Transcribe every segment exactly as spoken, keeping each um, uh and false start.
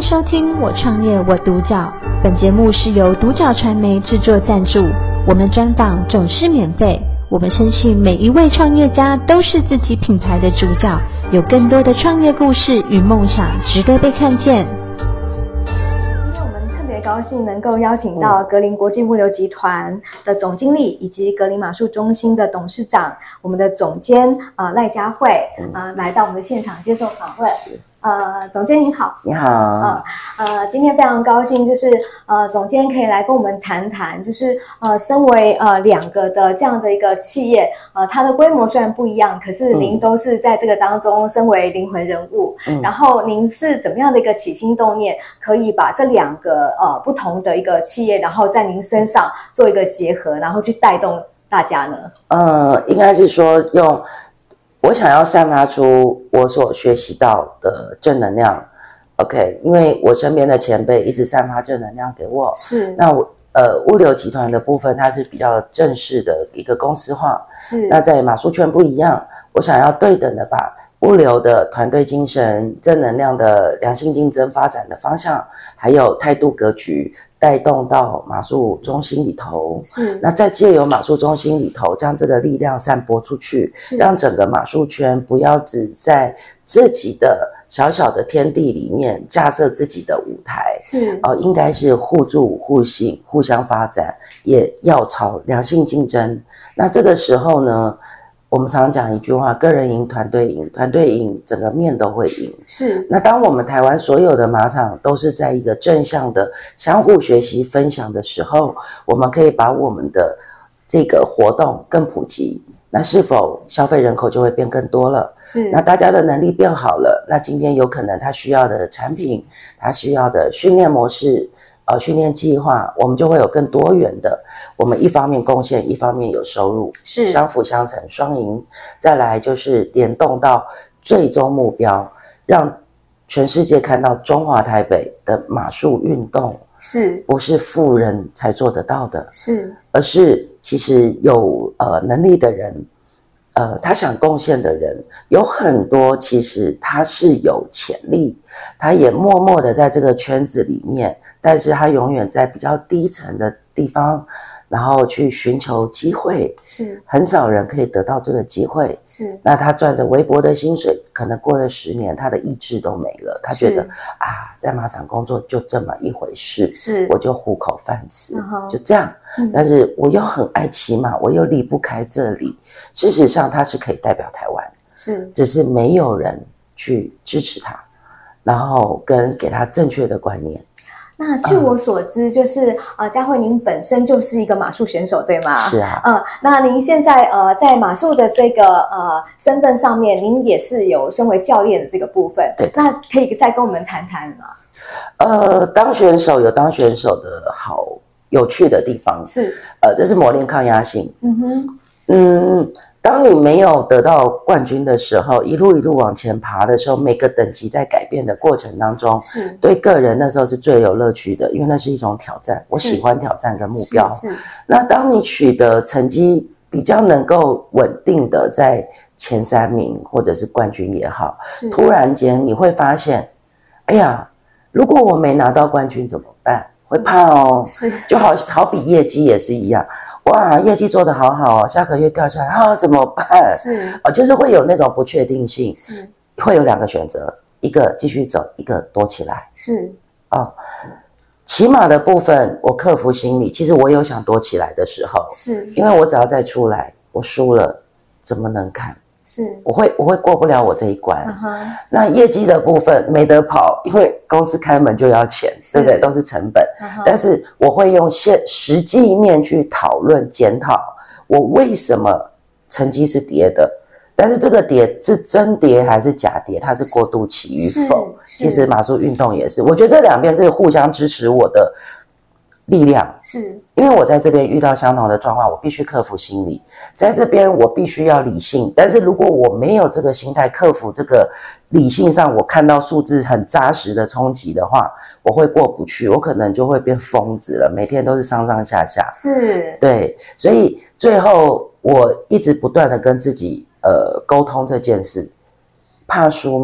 收听我创业我独角，本节目是由独角传媒制作赞助，我们专访总是免费，我们深信每一位创业家都是自己品牌的主角，有更多的创业故事与梦想值得被看见。 今天我们特别高兴能够邀请到格林国际物流集团的总经理以及格林马术中心的董事长，我们的总监呃赖佳慧呃来到我们的现场接受访问。呃，总监您好。 你好。 呃呃，今天非常高兴，就是呃，总监可以来跟我们谈谈，就是呃，身为呃两个的这样的一个企业，呃，它的规模虽然不一样，可是您都是在这个当中身为灵魂人物。嗯。然后您是怎么样的一个起心动念，可以把这两个呃不同的一个企业，然后在您身上做一个结合，然后去带动大家呢？ 呃，应该是说用。我想要散发出我所学习到的正能量 ，OK， 因为我身边的前辈一直散发正能量给我。 是。 那我呃物流集团的部分，它是比较正式的一个公司化。 是。 那在马术圈不一样，我想要对等的把物流的团队精神、正能量的良性竞争发展的方向，还有态度格局。带动到马术中心里头， 是。 那再借由马术中心里头，将这个力量散播出去， 是。让整个马术圈不要只在自己的小小的天地里面架设自己的舞台， 是。 哦、呃，应该是互助互信、互相发展，也要朝良性竞争。那这个时候呢？我们常常讲一句话，个人赢，团队赢，团队赢，整个面都会赢。 是。 那当我们台湾所有的马场都是在一个正向的相互学习分享的时候，我们可以把我们的这个活动更普及，那是否消费人口就会变更多了？ 是。 那大家的能力变好了，那今天有可能他需要的产品，他需要的训练模式，呃，训练计划，我们就会有更多元的。我们一方面贡献，一方面有收入， 是相辅相成，双赢。再来就是联动到最终目标，让全世界看到中华台北的马术运动是不是富人才做得到的， 是， 而是其实有呃能力的人。呃，他想贡献的人有很多，其实他是有潜力，他也默默的在这个圈子里面，但是他永远在比较低层的地方，然后去寻求机会， 是很少人可以得到这个机会， 是。 那他赚着微薄的薪水，可能过了十年，他的意志都没了，他觉得啊，在马场工作就这么一回事， 是我就糊口饭吃， 嗯、 就这样、嗯。但是我又很爱骑马，我又离不开这里。事实上，他是可以代表台湾， 是， 只是没有人去支持他，然后跟给他正确的观念。 那据我所知，就是呃，佳慧您本身就是一个马术选手，对吗？ 是啊。 嗯、呃，那您现在呃在马术的这个呃身份上面，您也是有身为教练的这个部分。 对。 那可以再跟我们谈谈吗？ 呃，当选手有当选手的好有趣的地方， 是。 呃，这是磨练抗压性。 嗯哼。 嗯。当你没有得到冠军的时候，一路一路往前爬的时候，每个等级在改变的过程当中， 是对个人那时候是最有乐趣的，因为那是一种挑战，我喜欢挑战跟目标。 是是。 那当你取得成绩比较能够稳定的在前三名或者是冠军也好，突然间你会发现，哎呀，如果我没拿到冠军怎么办？会怕哦， 是， 就好好比业绩也是一样，哇，业绩做得好好哦，下个月掉下来啊，怎么办？ 是， 哦，就是会有那种不确定性， 是， 会有两个选择，一个继续走，一个躲起来， 是， 哦，骑马的部分我克服心理，其实我有想躲起来的时候， 是， 因为我只要再出来，我输了怎么能看？ 是， 我会我会过不了我这一关。 uh-huh. 那业绩的部分没得跑，因为公司开门就要钱，对不对？都是成本。Uh-huh. 但是我会用现实际面去讨论检讨，我为什么成绩是跌的？但是这个跌是真跌还是假跌？它是过渡期与否？其实马术运动也是，我觉得这两边是互相支持我的力量， 是因为我在这边遇到相同的状况，我必须克服心理，在这边我必须要理性，但是如果我没有这个心态克服这个理性上我看到数字很扎实的冲击的话，我会过不去，我可能就会变疯子了，每天都是上上下下。 是， 对，所以最后我一直不断的跟自己呃沟通这件事，怕输吗？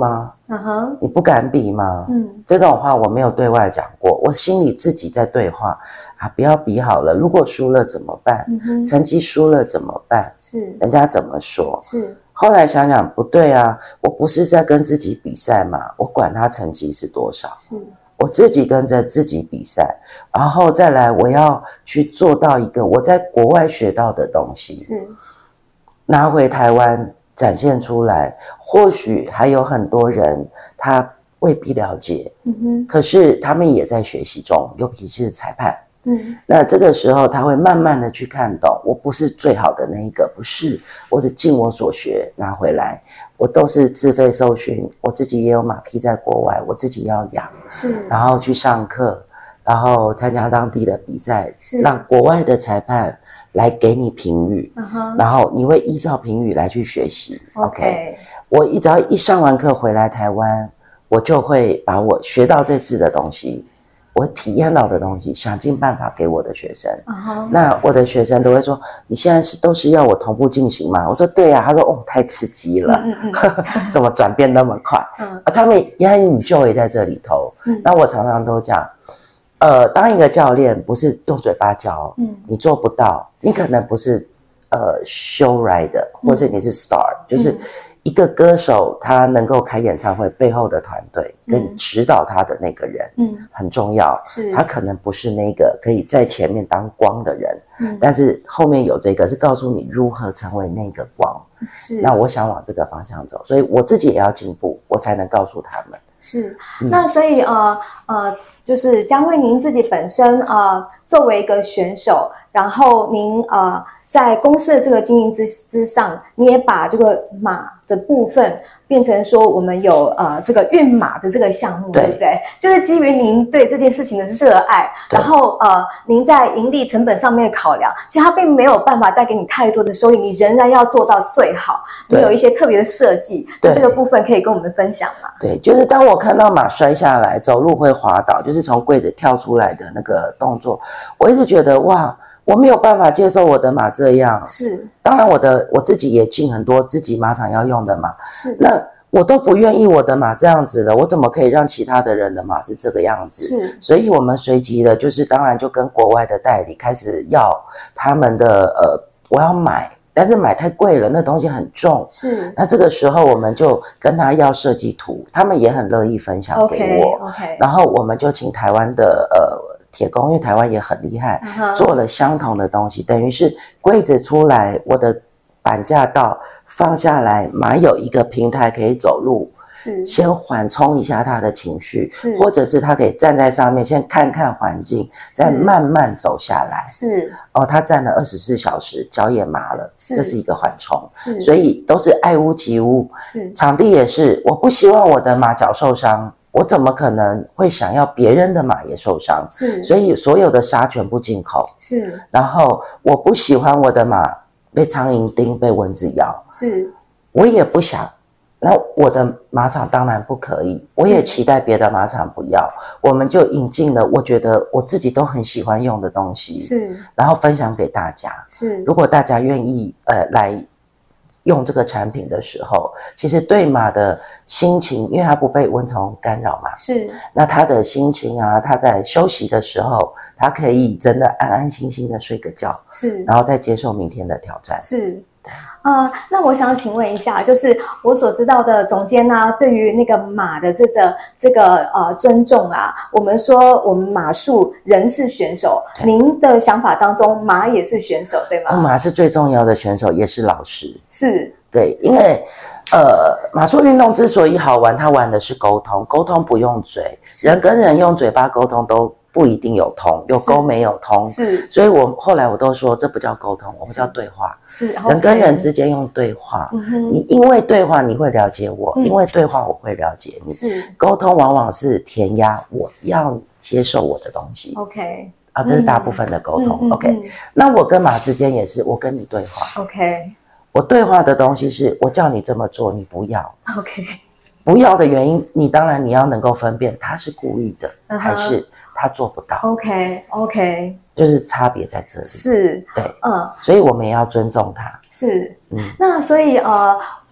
嗯哼， 你不敢比吗？ 嗯， 这种话我没有对外讲过，我心里自己在对话啊，不要比好了，如果输了怎么办？ 嗯哼， 成绩输了怎么办？ 是， 人家怎么说？ 是。 后来想想不对啊，我不是在跟自己比赛嘛，我管他成绩是多少， 是我自己跟着自己比赛，然后再来我要去做到一个我在国外学到的东西， 是拿回台湾展现出来，或许还有很多人他未必了解， 嗯哼， 可是他们也在学习中，尤其是裁判。 嗯， 那这个时候他会慢慢的去看懂，我不是最好的那一个，不是，我只尽我所学拿回来，我都是自费受训，我自己也有马匹在国外，我自己要养， 是， 然后去上课，然后参加当地的比赛， 是让国外的裁判来给你评语， 嗯哼， 然后你会依照评语来去学习。 OK，, OK， 我一只要一上完课回来台湾，我就会把我学到这次的东西，我体验到的东西，想尽办法给我的学生。 Uh-huh. 那我的学生都会说：“你现在是都是要我同步进行吗？”我说：“对啊。”他说：“哦，太刺激了， 嗯嗯嗯怎么转变那么快？” 嗯， 啊，他们也很 enjoy 在这里头。 嗯， 那我常常都讲，呃，当一个教练不是用嘴巴教， 嗯， 你做不到，你可能不是呃 show rider，或是你是 star，、嗯、就是一个歌手他能够开演唱会背后的团队跟指导他的那个人，嗯，很重要。 是， 他可能不是那个可以在前面当光的人， 嗯， 但是后面有这个是告诉你如何成为那个光。 是， 那我想往这个方向走，所以我自己也要进步，我才能告诉他们。 是，嗯、那所以呃呃，就是江蕙您自己本身呃作为一个选手，然后您呃在公司的这个经营之之上，你也把这个马的部分变成说我们有呃这个运马的这个项目， 对, 对不对？就是基于您对这件事情的热爱，然后呃您在盈利成本上面的考量，其实它并没有办法带给你太多的收益，你仍然要做到最好。你有一些特别的设计，这个部分可以跟我们分享吗？ 对，就是当我看到马摔下来，走路会滑倒，就是从柜子跳出来的那个动作，我一直觉得哇，我没有办法接受我的马这样。 是， 当然我的我自己也进很多自己马场要用的马， 是， 那我都不愿意我的马这样子了，我怎么可以让其他的人的马是这个样子？ 是， 所以我们随即的，就是当然就跟国外的代理开始要他们的呃，我要买。但是买太贵了，那东西很重。 是， 那这个时候我们就跟他要设计图，他们也很乐意分享给我。 Okay, okay. 然后我们就请台湾的呃铁工，因为台湾也很厉害， uh-huh. 做了相同的东西，等于是柜子出来，我的板架到放下来，马有一个平台可以走路。 是， 先缓冲一下他的情绪， 是， 或者是他可以站在上面先看看环境，再慢慢走下来。 是， 哦，他站了二十四小时，脚也麻了， 是， 这是一个缓冲。 是， 所以都是爱屋及乌。 是， 场地也是，我不希望我的马脚受伤，我怎么可能会想要别人的马也受伤？ 是， 所以所有的沙全部进口。 是， 然后我不喜欢我的马被苍蝇叮，被蚊子咬。 是， 我也不想。那我的马场当然不可以，我也期待别的马场不要，我们就引进了我觉得我自己都很喜欢用的东西， 是，然后分享给大家。 是， 如果大家愿意呃来用这个产品的时候，其实对马的心情，因为它不被蚊虫干扰嘛， 是，那他的心情啊，他在休息的时候，他可以真的安安心心的睡个觉， 是， 然后再接受明天的挑战。 是。呃，那我想请问一下，就是我所知道的总监啊，对于那个马的这个这个呃尊重啊，我们说我们马术人是选手，您的想法当中马也是选手对吗？ 马是最重要的选手，也是老师。 是， 对，因为呃马术运动之所以好玩，它玩的是沟通，沟通不用嘴，人跟人用嘴巴沟通都不一定有通，有沟没有通， 是， 所以我后来我都说这不叫沟通，我们叫对话， 是， 人跟人之间用对话， 嗯、 你因为对话你会了解我、嗯，因为对话我会了解你， 是， 沟通往往是填鸭，我要接受我的东西 ，OK， 啊，这是大部分的沟通、 嗯、 ，OK，、嗯、那我跟马之间也是，我跟你对话 ，OK， 我对话的东西是我叫你这么做，你不要 ，OK。 不要的原因，你当然你要能够分辨他是故意的、uh-huh. 还是他做不到。 OK OK， 就是差别在这里。 是， 对， 嗯， 所以我们也要尊重他。 是， 嗯， 那所以呃，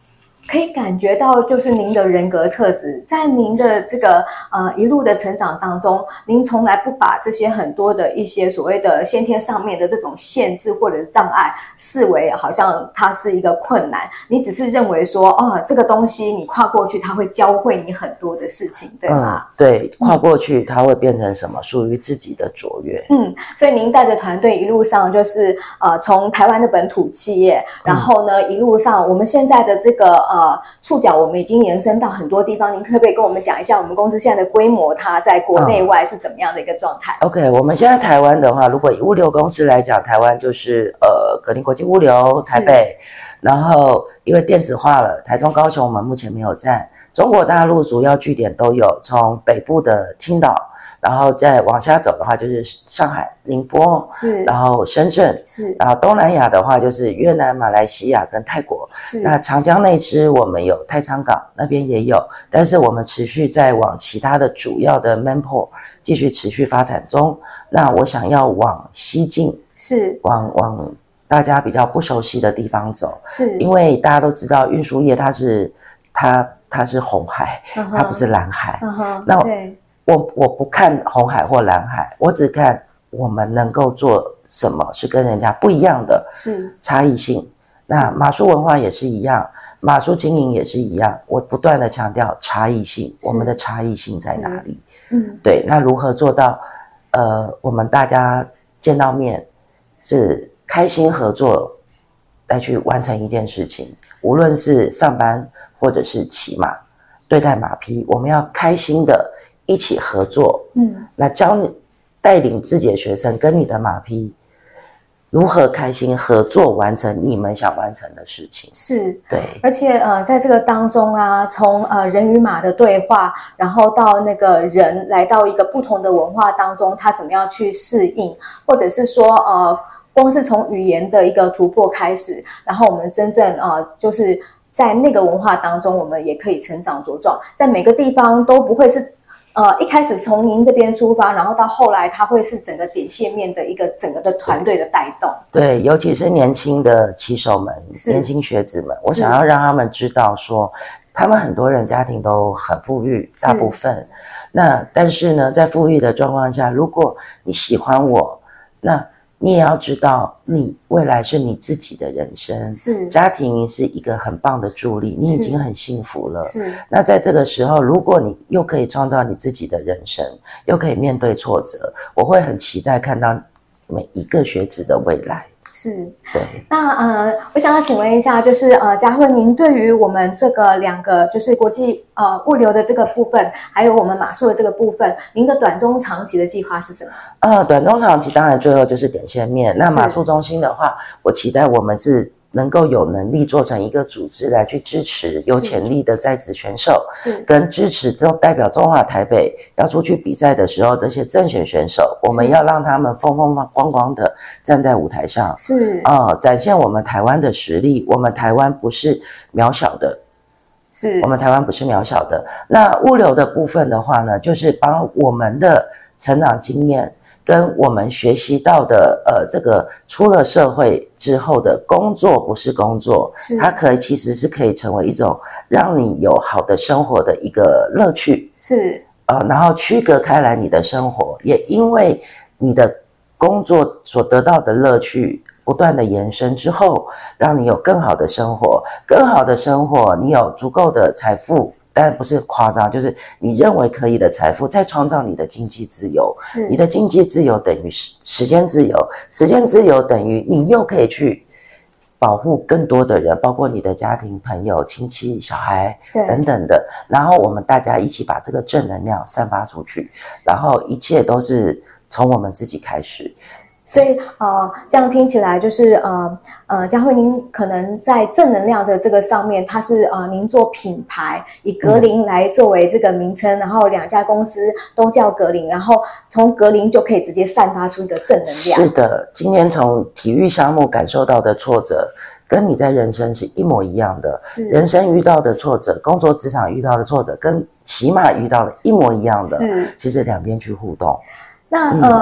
可以感觉到就是您的人格特质，在您的这个呃一路的成长当中，您从来不把这些很多的一些所谓的先天上面的这种限制或者是障碍视为好像它是一个困难，你只是认为说哦这个东西你跨过去，它会教会你很多的事情，对吗？ 嗯，对，跨过去它会变成什么？属于自己的卓越。 嗯，所以您带着团队一路上就是呃从台湾的本土企业，然后呢、嗯、一路上我们现在的这个呃触角我们已经延伸到很多地方，您可不可以跟我们讲一下我们公司现在的规模，它在国内外是怎么样的一个状态、 嗯、？OK， 我们现在台湾的话，如果以物流公司来讲，台湾就是呃格林国际物流台北，然后因为电子化了，台中、高雄我们目前没有站。中国大陆主要据点都有，从北部的青岛，然后再往下走的话就是上海、宁波， 是， 然后深圳， 是， 然后东南亚的话就是越南、马来西亚跟泰国。 是， 那长江内支我们有太仓港那边也有，但是我们持续在往其他的主要的 main port 继续持续发展中。那我想要往西进， 是， 往往大家比较不熟悉的地方走， 是， 因为大家都知道运输业它是它它是红海， uh-huh, 它不是蓝海。 uh-huh, 那对我我不看红海或蓝海，我只看我们能够做什么是跟人家不一样的， 是差异性。那马术文化也是一样，马术经营也是一样，我不断的强调差异性，我们的差异性在哪里？ 嗯， 对，那如何做到呃我们大家见到面是开心合作来去完成一件事情，无论是上班或者是骑马对待马匹，我们要开心的一起合作， 嗯， 那教你带领自己的学生跟你的马匹如何开心合作完成你们想完成的事情。 是， 对， 而且呃，在这个当中啊，从呃人与马的对话，然后到那个人来到一个不同的文化当中，他怎么样去适应，或者是说呃，光是从语言的一个突破开始，然后我们真正呃就是在那个文化当中，我们也可以成长茁壮，在每个地方都不会是。呃，一开始从您这边出发，然后到后来，它会是整个点线面的一个整个的团队的带动。 对，尤其是年轻的骑手们、年轻学子们，我想要让他们知道说，他们很多人家庭都很富裕，大部分。那但是呢，在富裕的状况下，如果你喜欢我，那你也要知道，你未来是你自己的人生， 是家庭是一个很棒的助力，你已经很幸福了。 是。 那在这个时候，如果你又可以创造你自己的人生，又可以面对挫折，我会很期待看到每一个学子的未来。 是， 对。 那呃，我想要请问一下，就是呃，佳慧，您对于我们这个两个就是国际呃物流的这个部分，还有我们马术的这个部分，您的短中长期的计划是什么？ 呃，短中长期当然最后就是点线面。那马术中心的话，我期待我们是能够有能力做成一个组织来去支持有潜力的在职选手， 是跟支持都代表中华台北要出去比赛的时候这些正选选手，我们要让他们风风光光的站在舞台上， 是呃，展现我们台湾的实力。我们台湾不是渺小的， 是我们台湾不是渺小的。那物流的部分的话呢，就是把我们的成长经验跟我们学习到的呃这个出了社会之后的工作不是工作，它可以其实是可以成为一种让你有好的生活的一个乐趣， 是呃然后区隔开来你的生活，也因为你的工作所得到的乐趣不断的延伸之后，让你有更好的生活，更好的生活你有足够的财富，但不是夸张，就是你认为可以的财富，再创造你的经济自由。 是你的经济自由等于时间自由，时间自由等于你又可以去保护更多的人，包括你的家庭、朋友、亲戚、小孩等等的。然后我们大家一起把这个正能量散发出去，然后一切都是从我们自己开始。 所以呃，这样听起来就是呃呃，佳慧您可能在正能量的这个上面，它是呃您做品牌，以格林来作为这个名称，嗯、然后两家公司都叫格林，然后从格林就可以直接散发出一个正能量。 是的，今天从体育项目感受到的挫折，跟你在人生是一模一样的。 是人生遇到的挫折，工作职场遇到的挫折，跟骑马遇到的一模一样的。 是， 其实两边去互动。 那呃。嗯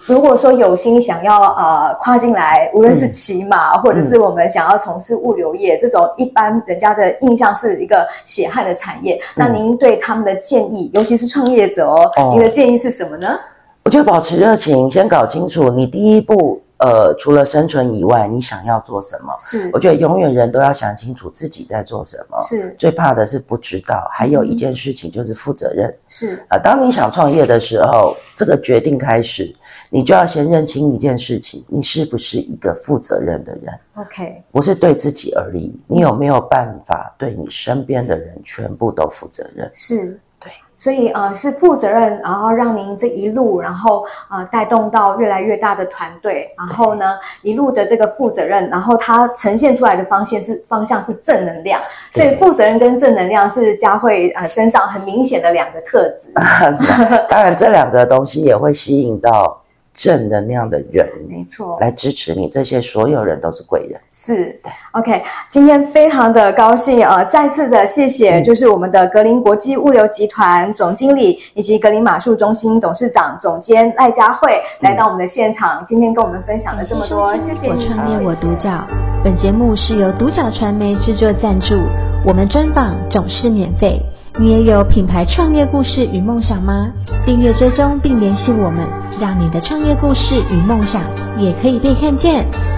如果说有心想要呃跨进来，无论是骑马、嗯、或者是我们想要从事物流业、嗯、这种一般人家的印象是一个血汗的产业、嗯、那您对他们的建议，尤其是创业者哦，哦您的建议是什么呢？ 我觉得保持热情，先搞清楚你第一步呃除了生存以外你想要做什么。 是， 我觉得永远人都要想清楚自己在做什么。 是， 最怕的是不知道。还有一件事情就是负责任。 是， 呃当你想创业的时候，这个决定开始你就要先认清一件事情，你是不是一个负责任的人。 OK， 不是对自己而已，你有没有办法对你身边的人全部都负责任。 是， 对， 所以呃是负责任，然后让您这一路然后呃带动到越来越大的团队，然后呢一路的这个负责任，然后它呈现出来的方向是方向是正能量，所以负责任跟正能量是佳慧呃身上很明显的两个特质。 当然这两个东西也会吸引到正能量的人， 没错， 来支持你，这些所有人都是贵人。 是，对 ，OK， 今天非常的高兴呃，再次的谢谢，嗯、就是我们的格林国际物流集团总经理以及格林马术中心董事长总监赖佳慧来到我们的现场，嗯、今天跟我们分享了这么多，谢谢你。 我创业我独角，本节目是由独角传媒制作赞助，我们专访总是免费。你也有品牌创业故事与梦想吗？订阅追踪并联系我们，让你的创业故事与梦想也可以被看见。